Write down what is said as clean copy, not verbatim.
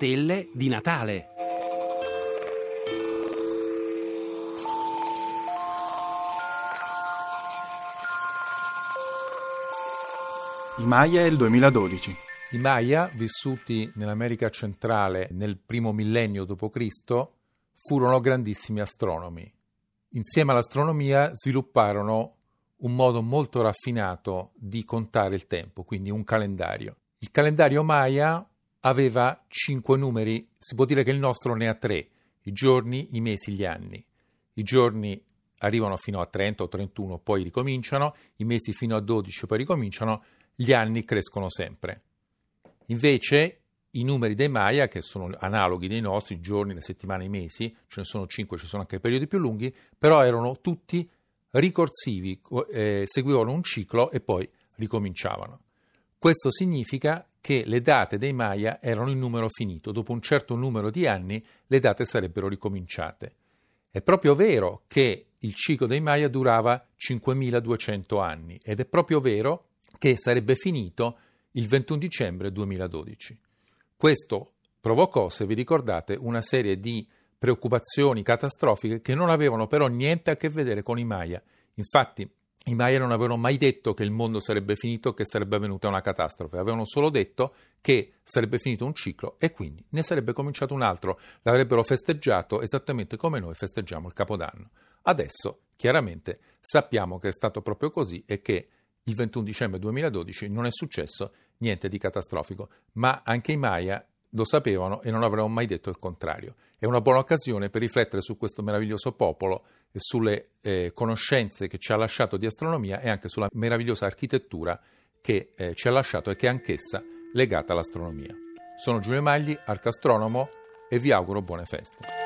stelle di Natale. I Maya e il 2012. I Maya, vissuti nell'America centrale nel primo millennio d.C., furono grandissimi astronomi. Insieme all'astronomia svilupparono un modo molto raffinato di contare il tempo, quindi un calendario. Il calendario Maya aveva 5 numeri, si può dire che il nostro ne ha 3, i giorni, i mesi, gli anni. I giorni arrivano fino a 30 o 31, poi ricominciano, i mesi fino a 12, poi ricominciano, gli anni crescono sempre. Invece i numeri dei Maya, che sono analoghi dei nostri, i giorni, le settimane, i mesi, ce ne sono 5, ci sono anche periodi più lunghi, però erano tutti ricorsivi, seguivano un ciclo e poi ricominciavano. Questo significa che le date dei Maya erano in numero finito, dopo un certo numero di anni le date sarebbero ricominciate. È proprio vero che il ciclo dei Maya durava 5200 anni ed è proprio vero che sarebbe finito il 21 dicembre 2012. Questo provocò, se vi ricordate, una serie di preoccupazioni catastrofiche che non avevano però niente a che vedere con i Maya. Infatti, i Maya non avevano mai detto che il mondo sarebbe finito, che sarebbe avvenuta una catastrofe, avevano solo detto che sarebbe finito un ciclo e quindi ne sarebbe cominciato un altro, l'avrebbero festeggiato esattamente come noi festeggiamo il Capodanno. Adesso, chiaramente, sappiamo che è stato proprio così e che il 21 dicembre 2012 non è successo niente di catastrofico, ma anche i Maya lo sapevano e non avrebbero mai detto il contrario. È una buona occasione per riflettere su questo meraviglioso popolo e sulle conoscenze che ci ha lasciato di astronomia e anche sulla meravigliosa architettura che ci ha lasciato e che è anch'essa legata all'astronomia. Sono Giulio Magli, arcastronomo, e vi auguro buone feste.